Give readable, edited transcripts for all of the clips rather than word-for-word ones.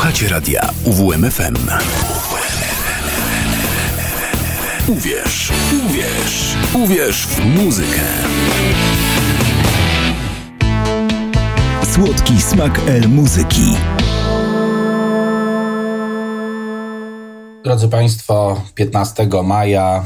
Słuchacie radia UWMFM. Uwierz, uwierz, uwierz w muzykę. Słodki smak muzyki. Drodzy Państwo, 15 maja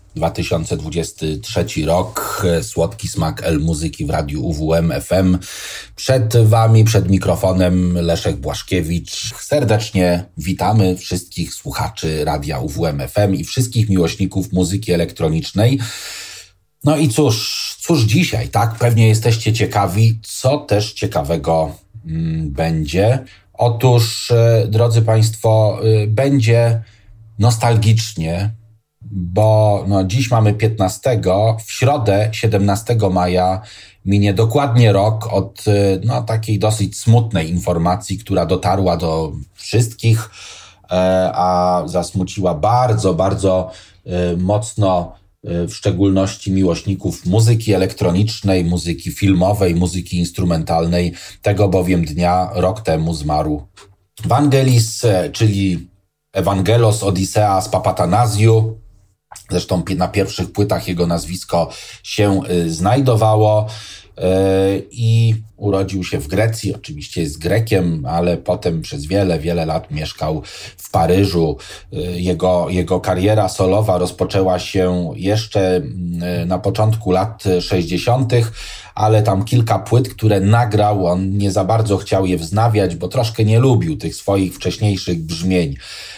2023 rok, słodki smak muzyki w radiu UWM FM. Przed Wami, przed mikrofonem Leszek Błaszkiewicz. Serdecznie witamy wszystkich słuchaczy radia UWM FM i wszystkich miłośników muzyki elektronicznej. No i cóż dzisiaj, tak? Pewnie jesteście ciekawi, co też ciekawego będzie. Otóż, drodzy Państwo, będzie nostalgicznie, bo dziś mamy 15, w środę 17 maja minie dokładnie rok od takiej dosyć smutnej informacji, która dotarła do wszystkich, a zasmuciła bardzo, bardzo mocno w szczególności miłośników muzyki elektronicznej, muzyki filmowej, muzyki instrumentalnej. Tego bowiem dnia, rok temu zmarł Vangelis, czyli Evangelos Odiseas Papatanasiou. Zresztą na pierwszych płytach jego nazwisko się znajdowało i urodził się w Grecji. Oczywiście jest Grekiem, ale potem przez wiele, wiele lat mieszkał w Paryżu. Jego kariera solowa rozpoczęła się jeszcze na początku lat 60., ale tam kilka płyt, które nagrał, on nie za bardzo chciał je wznawiać, bo troszkę nie lubił tych swoich wcześniejszych brzmień.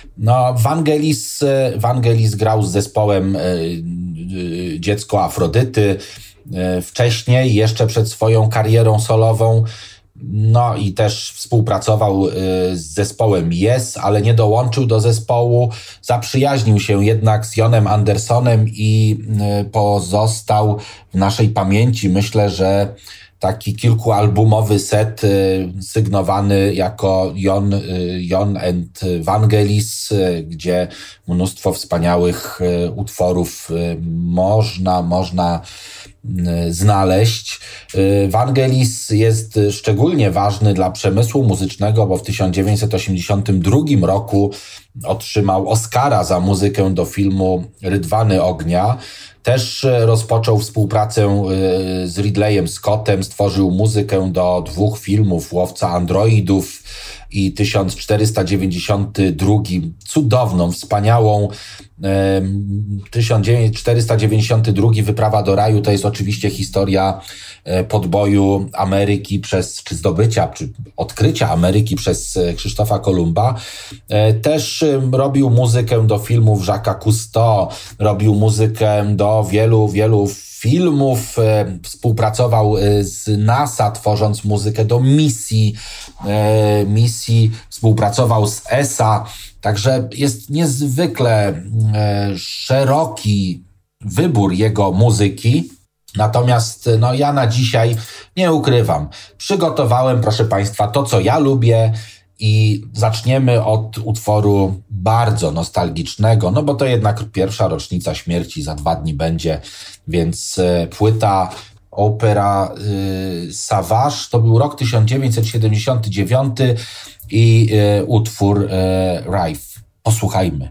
Vangelis grał z zespołem Dziecko Afrodyty wcześniej, jeszcze przed swoją karierą solową. I też współpracował z zespołem Yes, ale nie dołączył do zespołu. Zaprzyjaźnił się jednak z Jonem Andersonem i pozostał w naszej pamięci. Myślę, że taki kilkualbumowy set sygnowany jako Jon and Vangelis, gdzie mnóstwo wspaniałych utworów można znaleźć. Vangelis jest szczególnie ważny dla przemysłu muzycznego, bo w 1982 roku otrzymał Oscara za muzykę do filmu Rydwany Ognia. Też rozpoczął współpracę z Ridleyem Scottem, stworzył muzykę do 2 filmów, Łowca Androidów i 1492, cudowną, wspaniałą 1492 Wyprawa do raju. To jest oczywiście historia podboju Ameryki czy zdobycia, czy odkrycia Ameryki przez Krzysztofa Kolumba. Też robił muzykę do filmów Jacques'a Cousteau, robił muzykę do wielu, wielu filmów, współpracował z NASA, tworząc muzykę do misji, współpracował z ESA, także jest niezwykle szeroki wybór jego muzyki. Natomiast ja na dzisiaj nie ukrywam, przygotowałem, proszę Państwa, to, co ja lubię, i zaczniemy od utworu bardzo nostalgicznego, bo to jednak pierwsza rocznica śmierci, za 2 dni będzie, więc płyta Opera Savage, to był rok 1979 i utwór Rife. Posłuchajmy.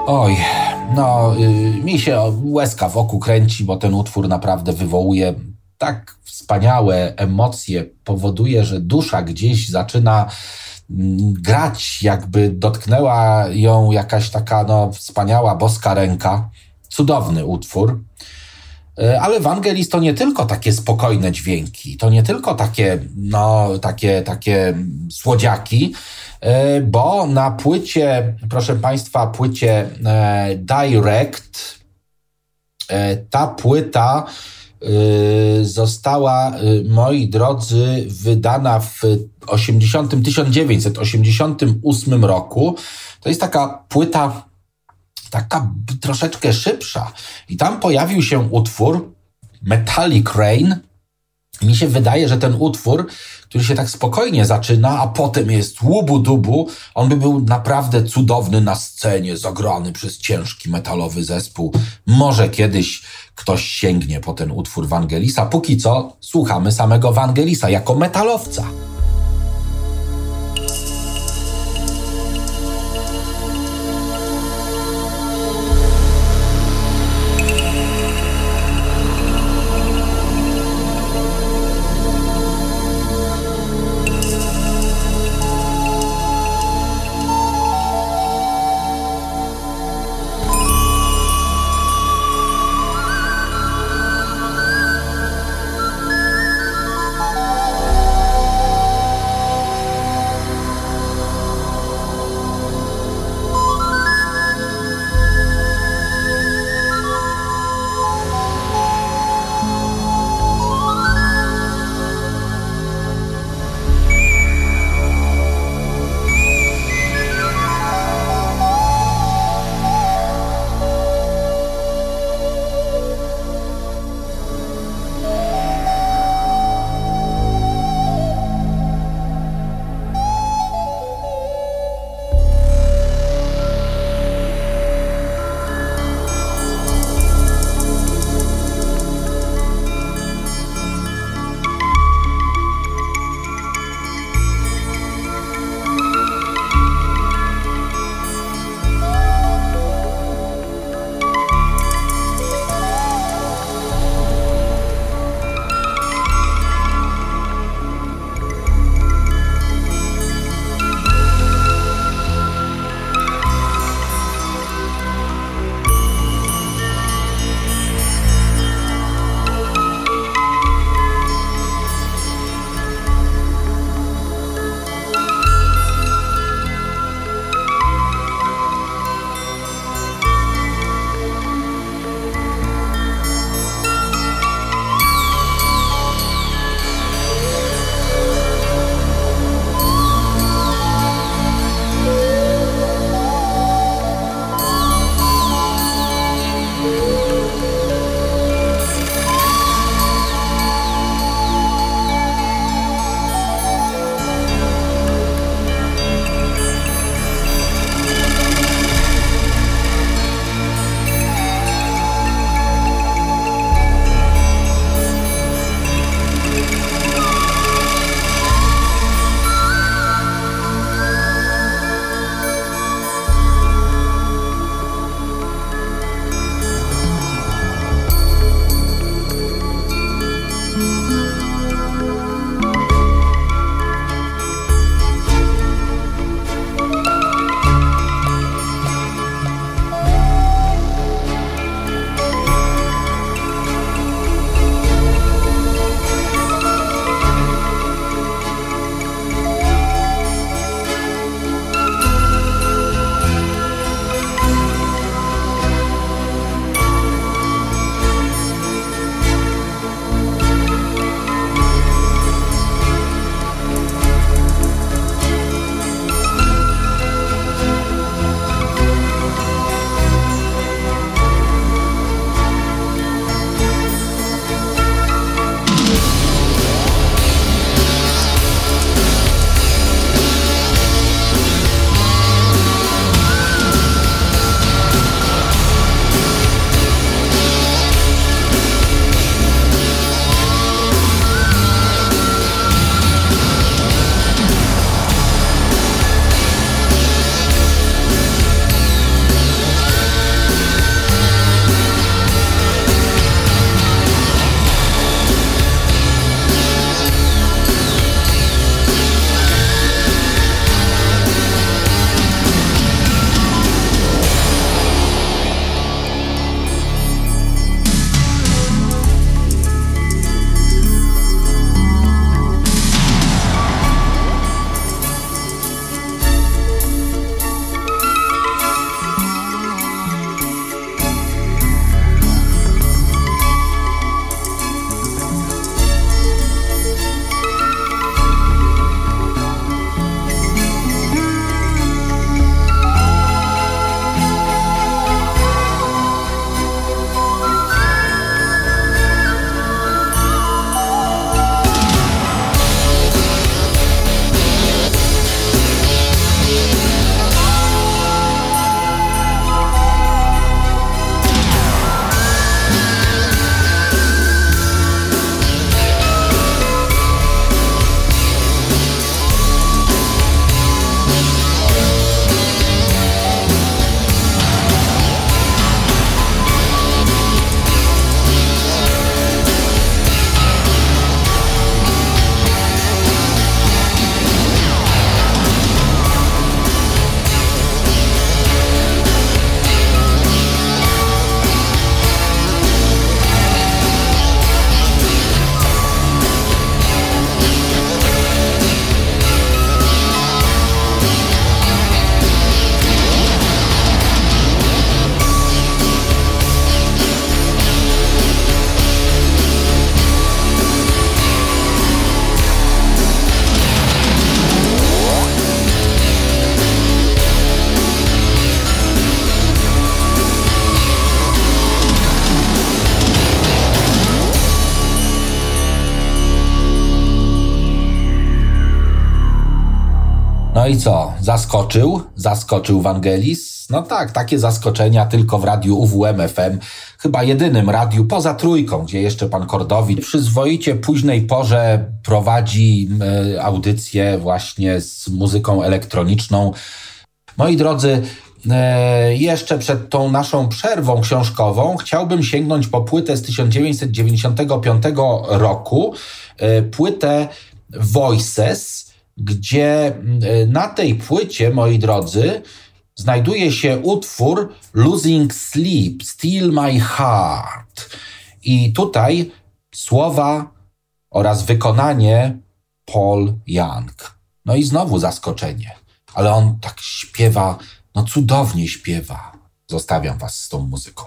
Oj, no, mi się łezka w oku kręci, bo ten utwór naprawdę wywołuje tak wspaniałe emocje, powoduje, że dusza gdzieś zaczyna grać, jakby dotknęła ją jakaś taka, wspaniała boska ręka. Cudowny utwór. Ale Vangelis to nie tylko takie spokojne dźwięki, to nie tylko takie słodziaki, bo na płycie, proszę Państwa, płycie Direct, ta płyta została, moi drodzy, wydana w 1988 roku. To jest taka płyta, taka troszeczkę szybsza. I tam pojawił się utwór Metallic Rain. Mi się wydaje, że ten utwór, który się tak spokojnie zaczyna, a potem jest łubu-dubu, on by był naprawdę cudowny na scenie, zagrany przez ciężki metalowy zespół. Może kiedyś ktoś sięgnie po ten utwór Vangelisa. Póki co słuchamy samego Vangelisa jako metalowca. No i co? Zaskoczył Vangelis? No tak, takie zaskoczenia tylko w radiu UWM-FM, chyba jedynym radiu poza Trójką, gdzie jeszcze pan Kordowicz w przyzwoicie późnej porze prowadzi audycję właśnie z muzyką elektroniczną. Moi drodzy, jeszcze przed tą naszą przerwą książkową chciałbym sięgnąć po płytę z 1995 roku, płytę Voices, gdzie na tej płycie, moi drodzy, znajduje się utwór Losing Sleep, Steal My Heart. I tutaj słowa oraz wykonanie Paul Young. No i znowu zaskoczenie. Ale on tak śpiewa, no cudownie śpiewa. Zostawiam was z tą muzyką.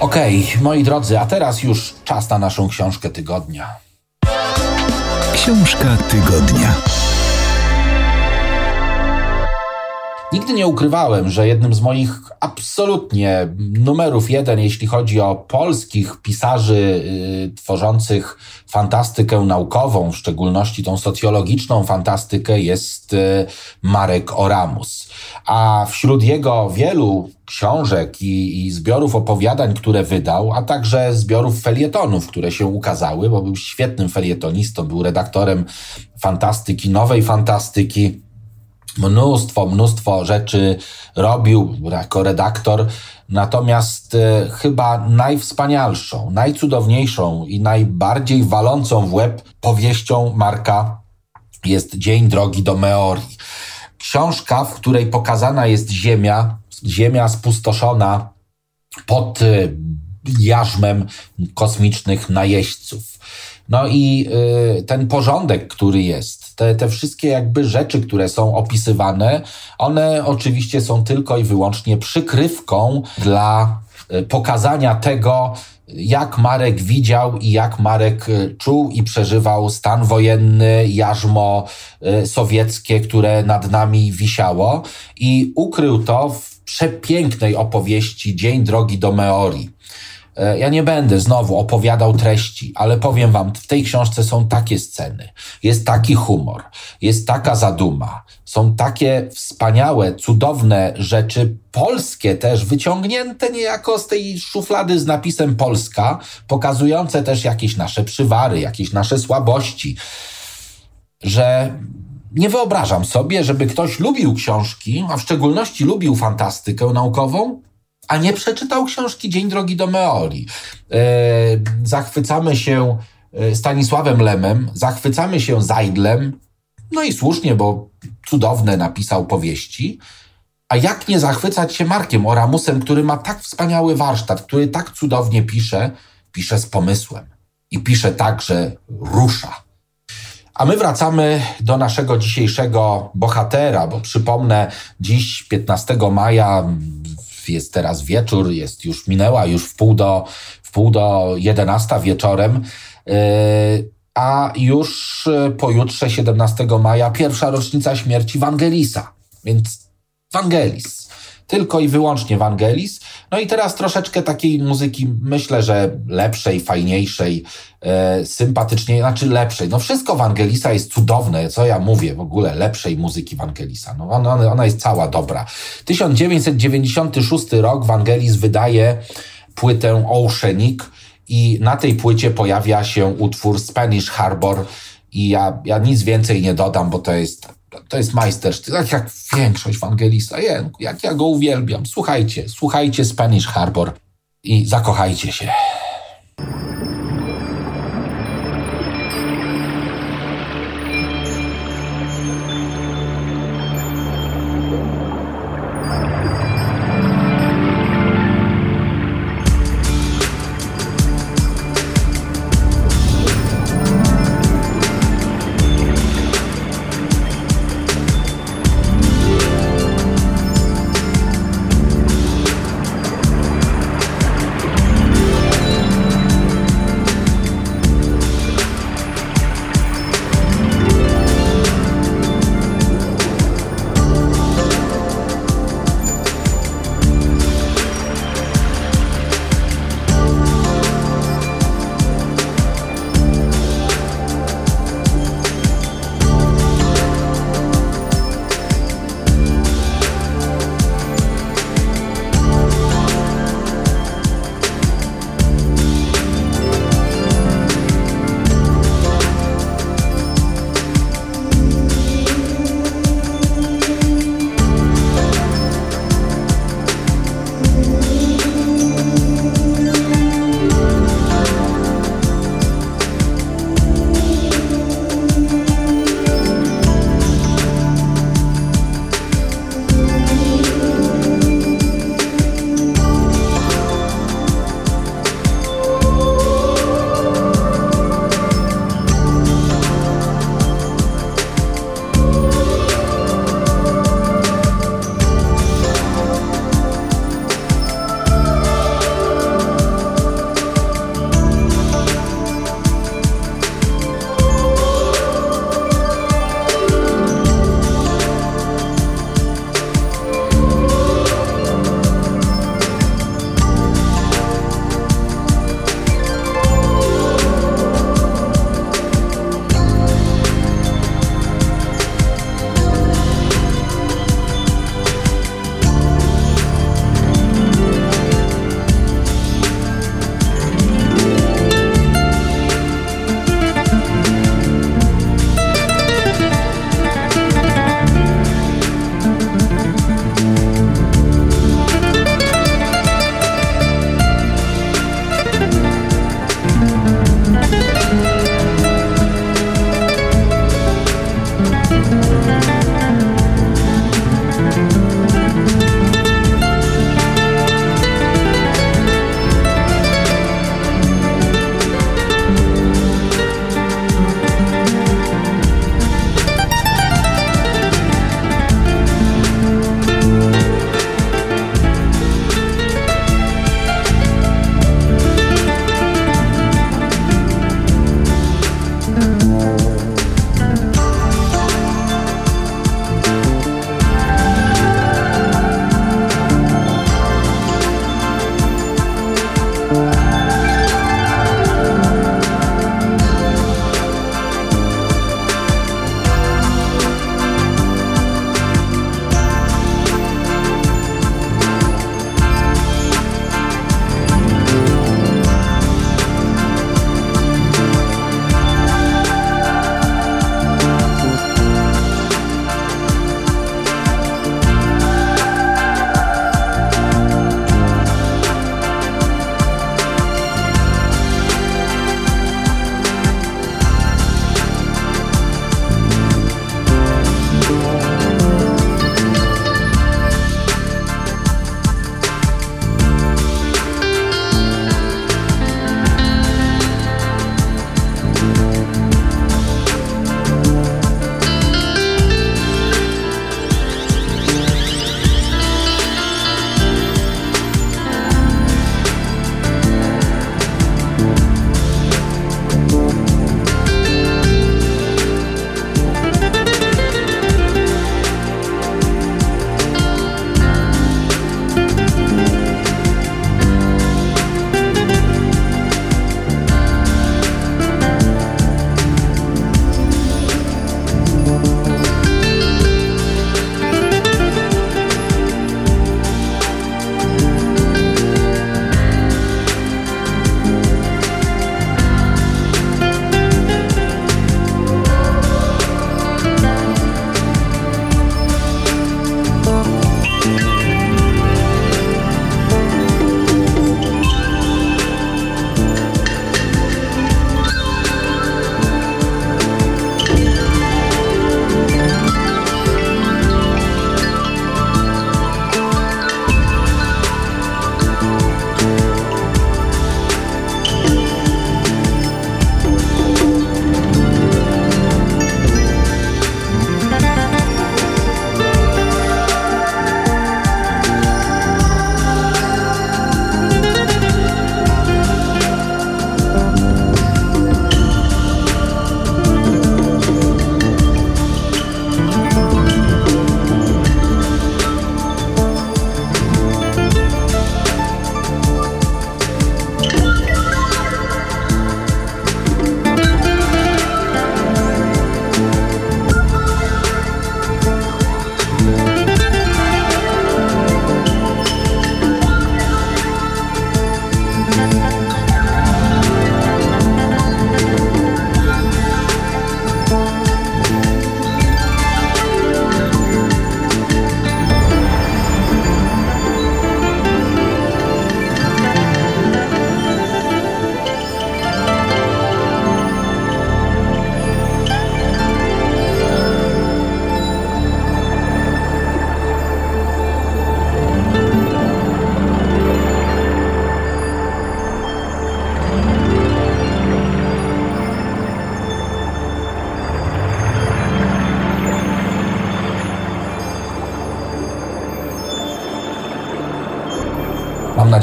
Okej, moi drodzy, a teraz już czas na naszą książkę tygodnia. Książka tygodnia. Nigdy nie ukrywałem, że jednym z moich absolutnie numerów 1, jeśli chodzi o polskich pisarzy tworzących fantastykę naukową, w szczególności tą socjologiczną fantastykę, jest Marek Oramus. A wśród jego wielu książek i zbiorów opowiadań, które wydał, a także zbiorów felietonów, które się ukazały, bo był świetnym felietonistą, był redaktorem fantastyki, nowej fantastyki, mnóstwo rzeczy robił jako redaktor, natomiast chyba najwspanialszą, najcudowniejszą i najbardziej walącą w łeb powieścią Marka jest Dzień drogi do Meorii. Książka, w której pokazana jest ziemia spustoszona pod jarzmem kosmicznych najeźdźców. No i ten porządek, który jest, te wszystkie jakby rzeczy, które są opisywane, one oczywiście są tylko i wyłącznie przykrywką dla pokazania tego, jak Marek widział i jak Marek czuł i przeżywał stan wojenny, jarzmo sowieckie, które nad nami wisiało, i ukrył to w przepięknej opowieści Dzień drogi do Meorii. Ja nie będę znowu opowiadał treści, ale powiem wam, w tej książce są takie sceny, jest taki humor, jest taka zaduma, są takie wspaniałe, cudowne rzeczy, polskie też, wyciągnięte niejako z tej szuflady z napisem Polska, pokazujące też jakieś nasze przywary, jakieś nasze słabości, że nie wyobrażam sobie, żeby ktoś lubił książki, a w szczególności lubił fantastykę naukową, a nie przeczytał książki Dzień drogi do Meorii. Zachwycamy się Stanisławem Lemem, zachwycamy się Zajdlem, no i słusznie, bo cudowne napisał powieści. A jak nie zachwycać się Markiem Oramusem, który ma tak wspaniały warsztat, który tak cudownie pisze z pomysłem i pisze tak, że rusza. A my wracamy do naszego dzisiejszego bohatera, bo przypomnę, dziś 15 maja, jest teraz wieczór, minęła już w pół do 11 wieczorem, a już pojutrze 17 maja pierwsza rocznica śmierci Wangelisa, więc Wangelis, tylko i wyłącznie Wangelis. No i teraz troszeczkę takiej muzyki, myślę, że lepszej, fajniejszej, sympatyczniej, znaczy lepszej. No wszystko Wangelisa jest cudowne, co ja mówię w ogóle, lepszej muzyki Wangelisa. No ona jest cała dobra. 1996 rok Wangelis wydaje płytę Oceanic i na tej płycie pojawia się utwór Spanish Harbor i ja nic więcej nie dodam, bo to jest majstersztyk, tak jak większość Wangelisa. Jak ja go uwielbiam. Słuchajcie Spanish Harbor i zakochajcie się.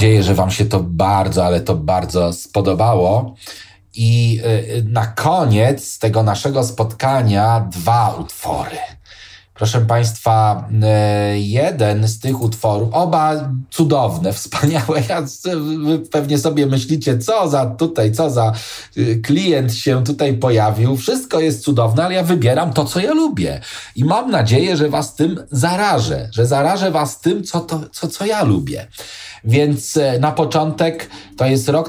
nadzieję, że wam się to bardzo, ale to bardzo spodobało. I na koniec tego naszego spotkania 2 utwory. Proszę Państwa, jeden z tych utworów, oba cudowne, wspaniałe. Wy pewnie sobie myślicie, co za klient się tutaj pojawił. Wszystko jest cudowne, ale ja wybieram to, co ja lubię. I mam nadzieję, że was tym zarażę, że zarażę was tym, co ja lubię. Więc na początek to jest rok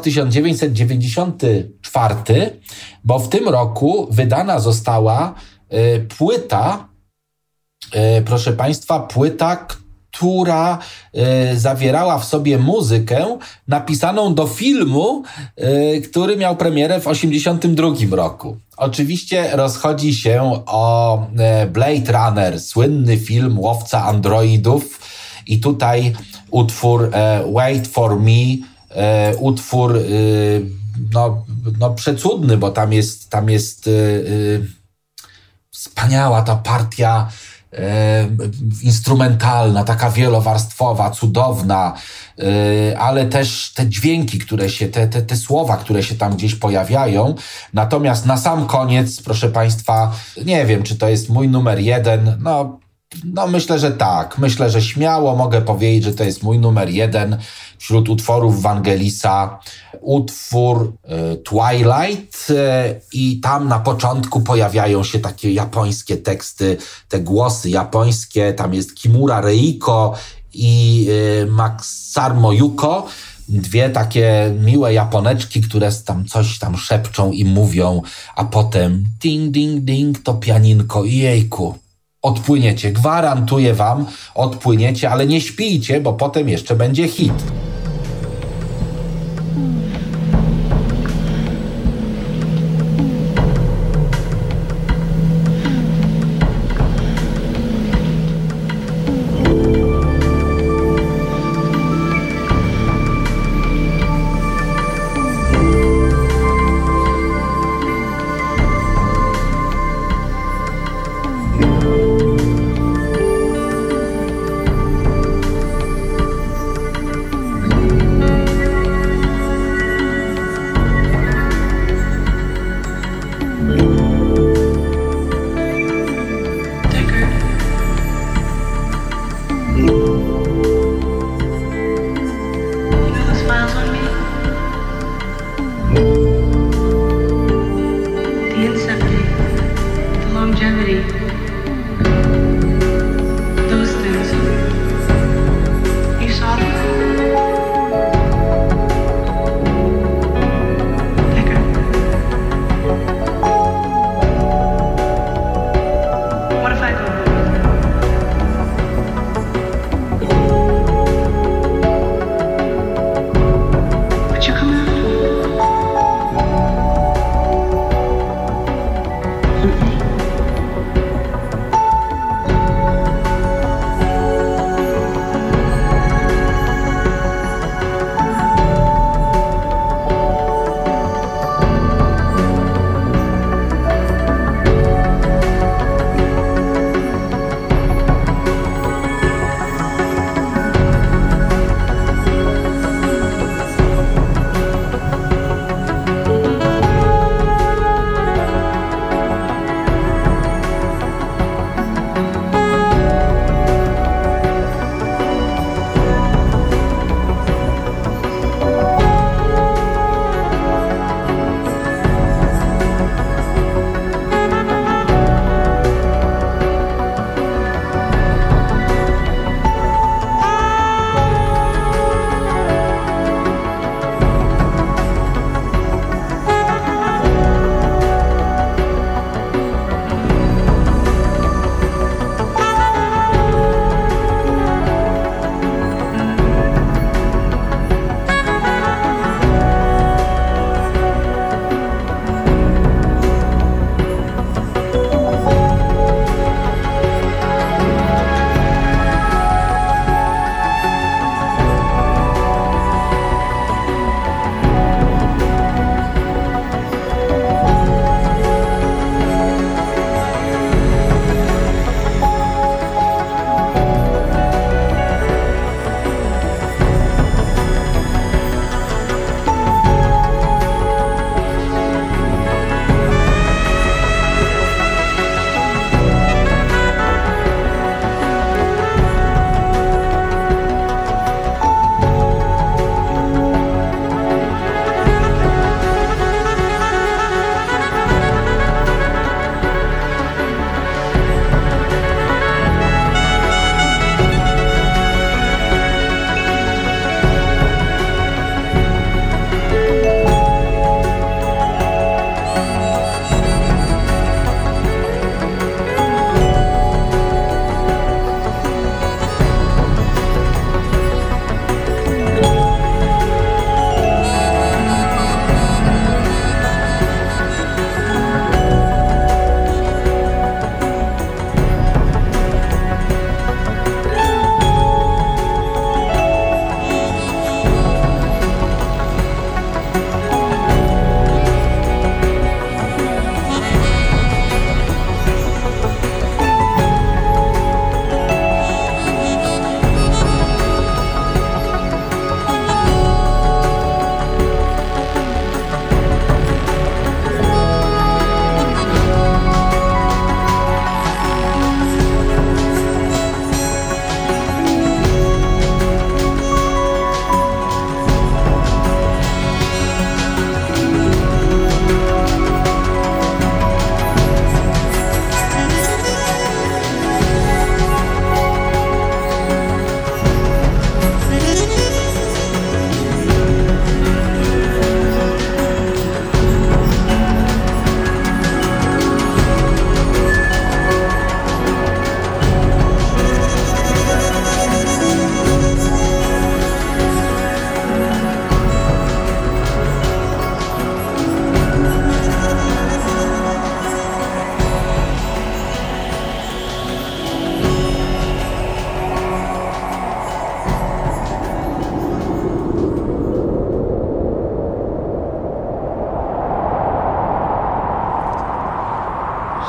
1994, bo w tym roku wydana została płyta, proszę Państwa, płyta, która zawierała w sobie muzykę napisaną do filmu, który miał premierę w 1982 roku. Oczywiście rozchodzi się o Blade Runner, słynny film Łowca androidów, i tutaj utwór Wait for Me, utwór przecudny, bo tam jest wspaniała ta partia instrumentalna, taka wielowarstwowa, cudowna, ale też te dźwięki, które się, te słowa, które się tam gdzieś pojawiają. Natomiast na sam koniec, proszę Państwa, nie wiem, czy to jest mój numer 1, no myślę, że tak. Myślę, że śmiało mogę powiedzieć, że to jest mój numer 1 wśród utworów Vangelisa. Utwór Twilight, i tam na początku pojawiają się takie japońskie teksty, te głosy japońskie. Tam jest Kimura Reiko i Masaru Yuko. 2 takie miłe Japoneczki, które tam coś tam szepczą i mówią, a potem ding, ding, ding, to pianinko i jejku. Odpłyniecie, gwarantuję wam, odpłyniecie, ale nie śpijcie, bo potem jeszcze będzie hit.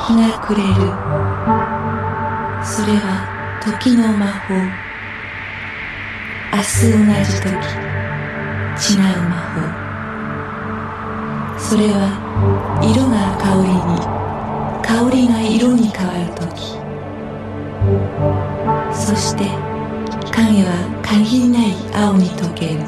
日が暮れる。それは時の魔法。明日同じ時、違う魔法。それは色が香りに、香りが色に変わる時。そして影は限りない青に溶ける。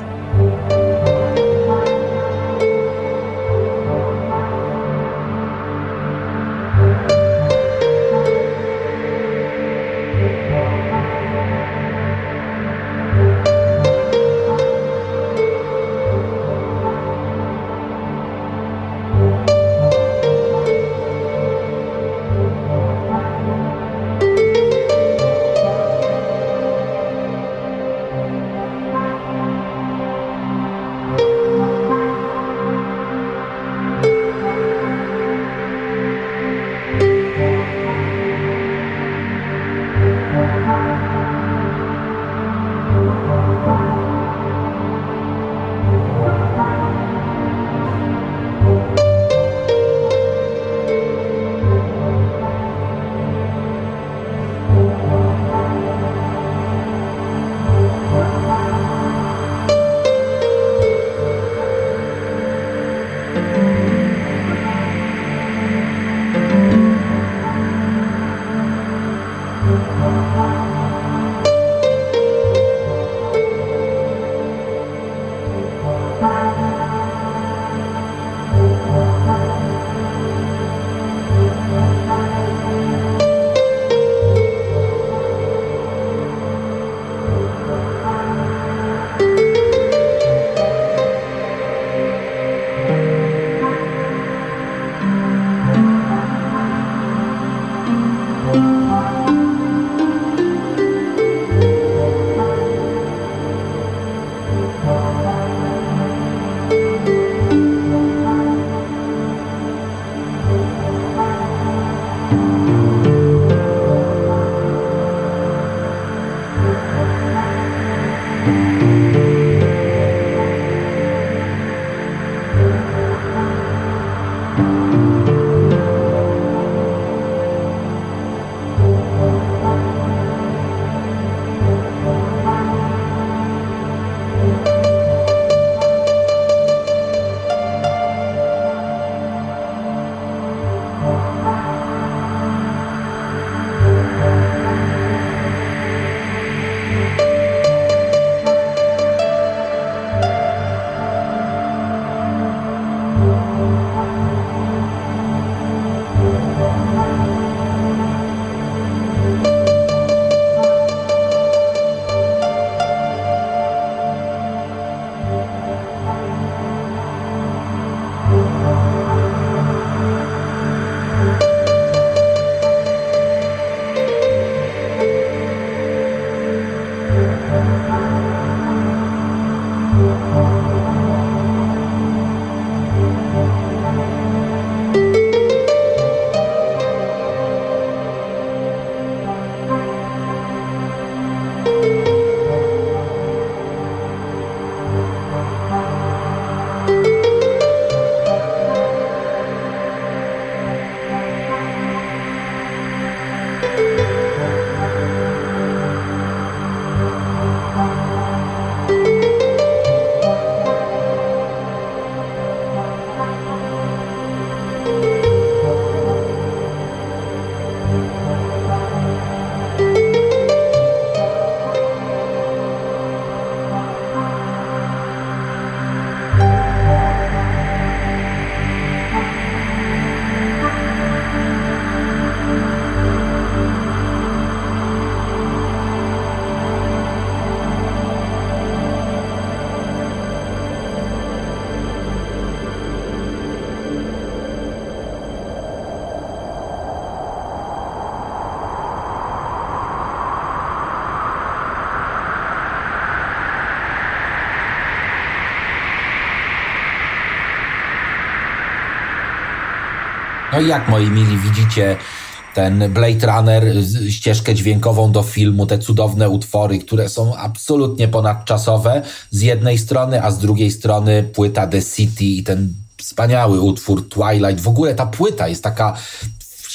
No i jak, moi mili, widzicie ten Blade Runner, ścieżkę dźwiękową do filmu, te cudowne utwory, które są absolutnie ponadczasowe z jednej strony, a z drugiej strony płyta The City i ten wspaniały utwór Twilight. W ogóle ta płyta jest taka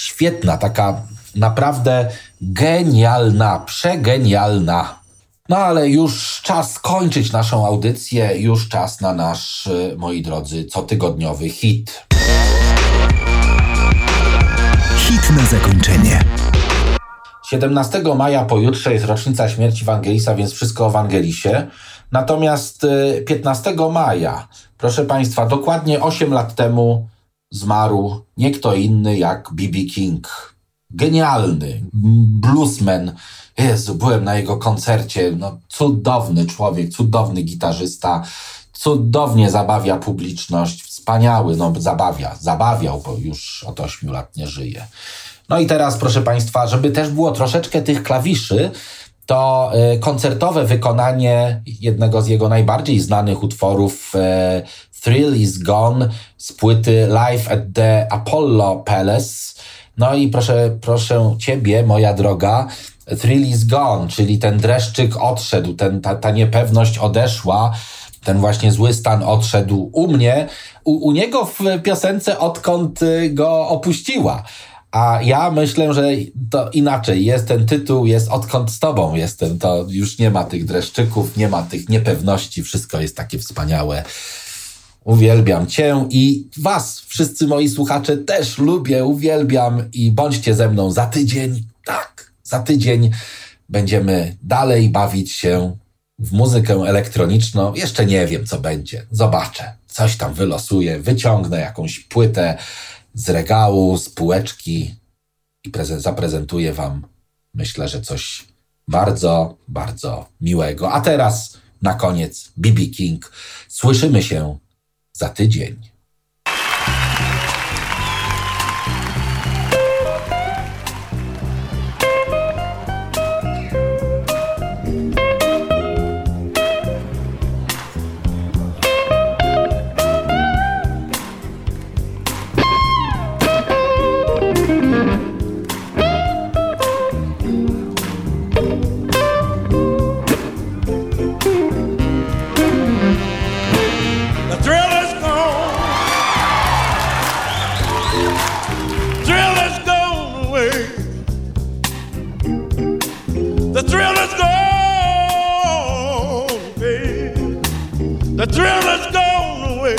świetna, taka naprawdę genialna, przegenialna. No ale już czas kończyć naszą audycję, już czas na nasz, moi drodzy, cotygodniowy hit. Hit na zakończenie. 17 maja pojutrze jest rocznica śmierci Vangelisa, więc wszystko o Vangelisie. Natomiast 15 maja, proszę Państwa, dokładnie 8 lat temu zmarł nie kto inny jak B.B. King. Genialny bluesman. Jezu, byłem na jego koncercie. No, cudowny człowiek, cudowny gitarzysta. Cudownie zabawia publiczność. Wspaniały, no zabawiał, bo już od 8 lat nie żyje. No i teraz, proszę Państwa, żeby też było troszeczkę tych klawiszy, to koncertowe wykonanie jednego z jego najbardziej znanych utworów Thrill is Gone z płyty Live at the Apollo Palace. No i proszę Ciebie, moja droga, Thrill is Gone, czyli ten dreszczyk odszedł, ta niepewność odeszła, ten właśnie zły stan odszedł u mnie, u niego w piosence Odkąd go opuściła. A ja myślę, że to inaczej. Jest ten tytuł, jest Odkąd z tobą jestem. To już nie ma tych dreszczyków, nie ma tych niepewności. Wszystko jest takie wspaniałe. Uwielbiam Cię i Was, wszyscy moi słuchacze, też lubię, uwielbiam i bądźcie ze mną za tydzień. Tak, za tydzień będziemy dalej bawić się w muzykę elektroniczną. Jeszcze nie wiem, co będzie. Zobaczę. Coś tam wylosuję, wyciągnę jakąś płytę z regału, z półeczki i zaprezentuję Wam, myślę, że coś bardzo, bardzo miłego. A teraz na koniec B.B. King. Słyszymy się za tydzień. The thrill has gone away.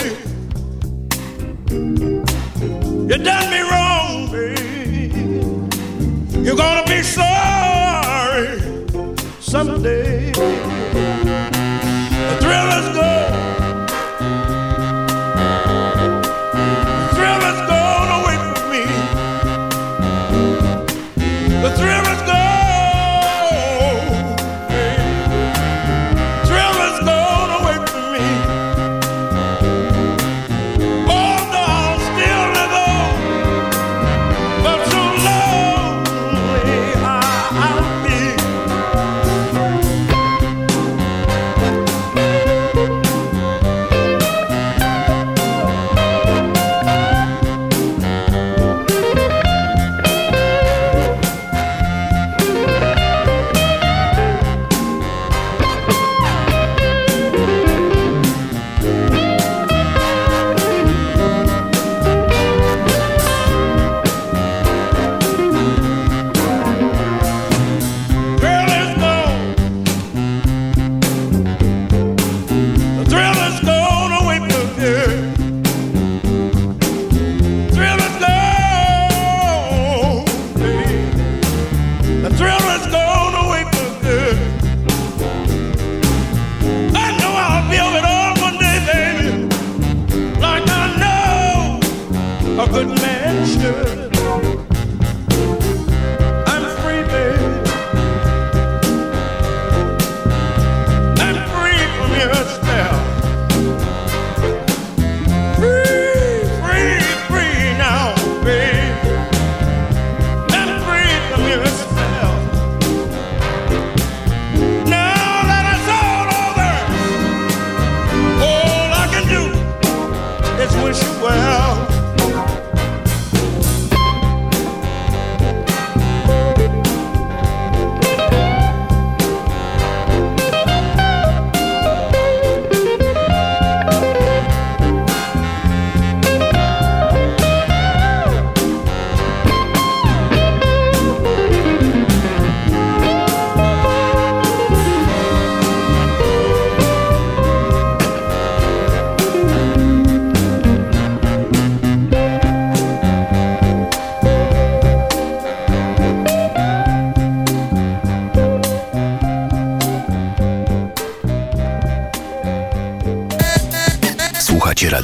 You done me wrong, babe. You're gonna be sorry someday. The thrill has gone. The thrill has gone away from me. The thrill has gone.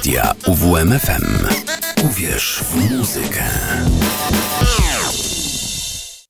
Radia UWMFM. Uwierz w muzykę.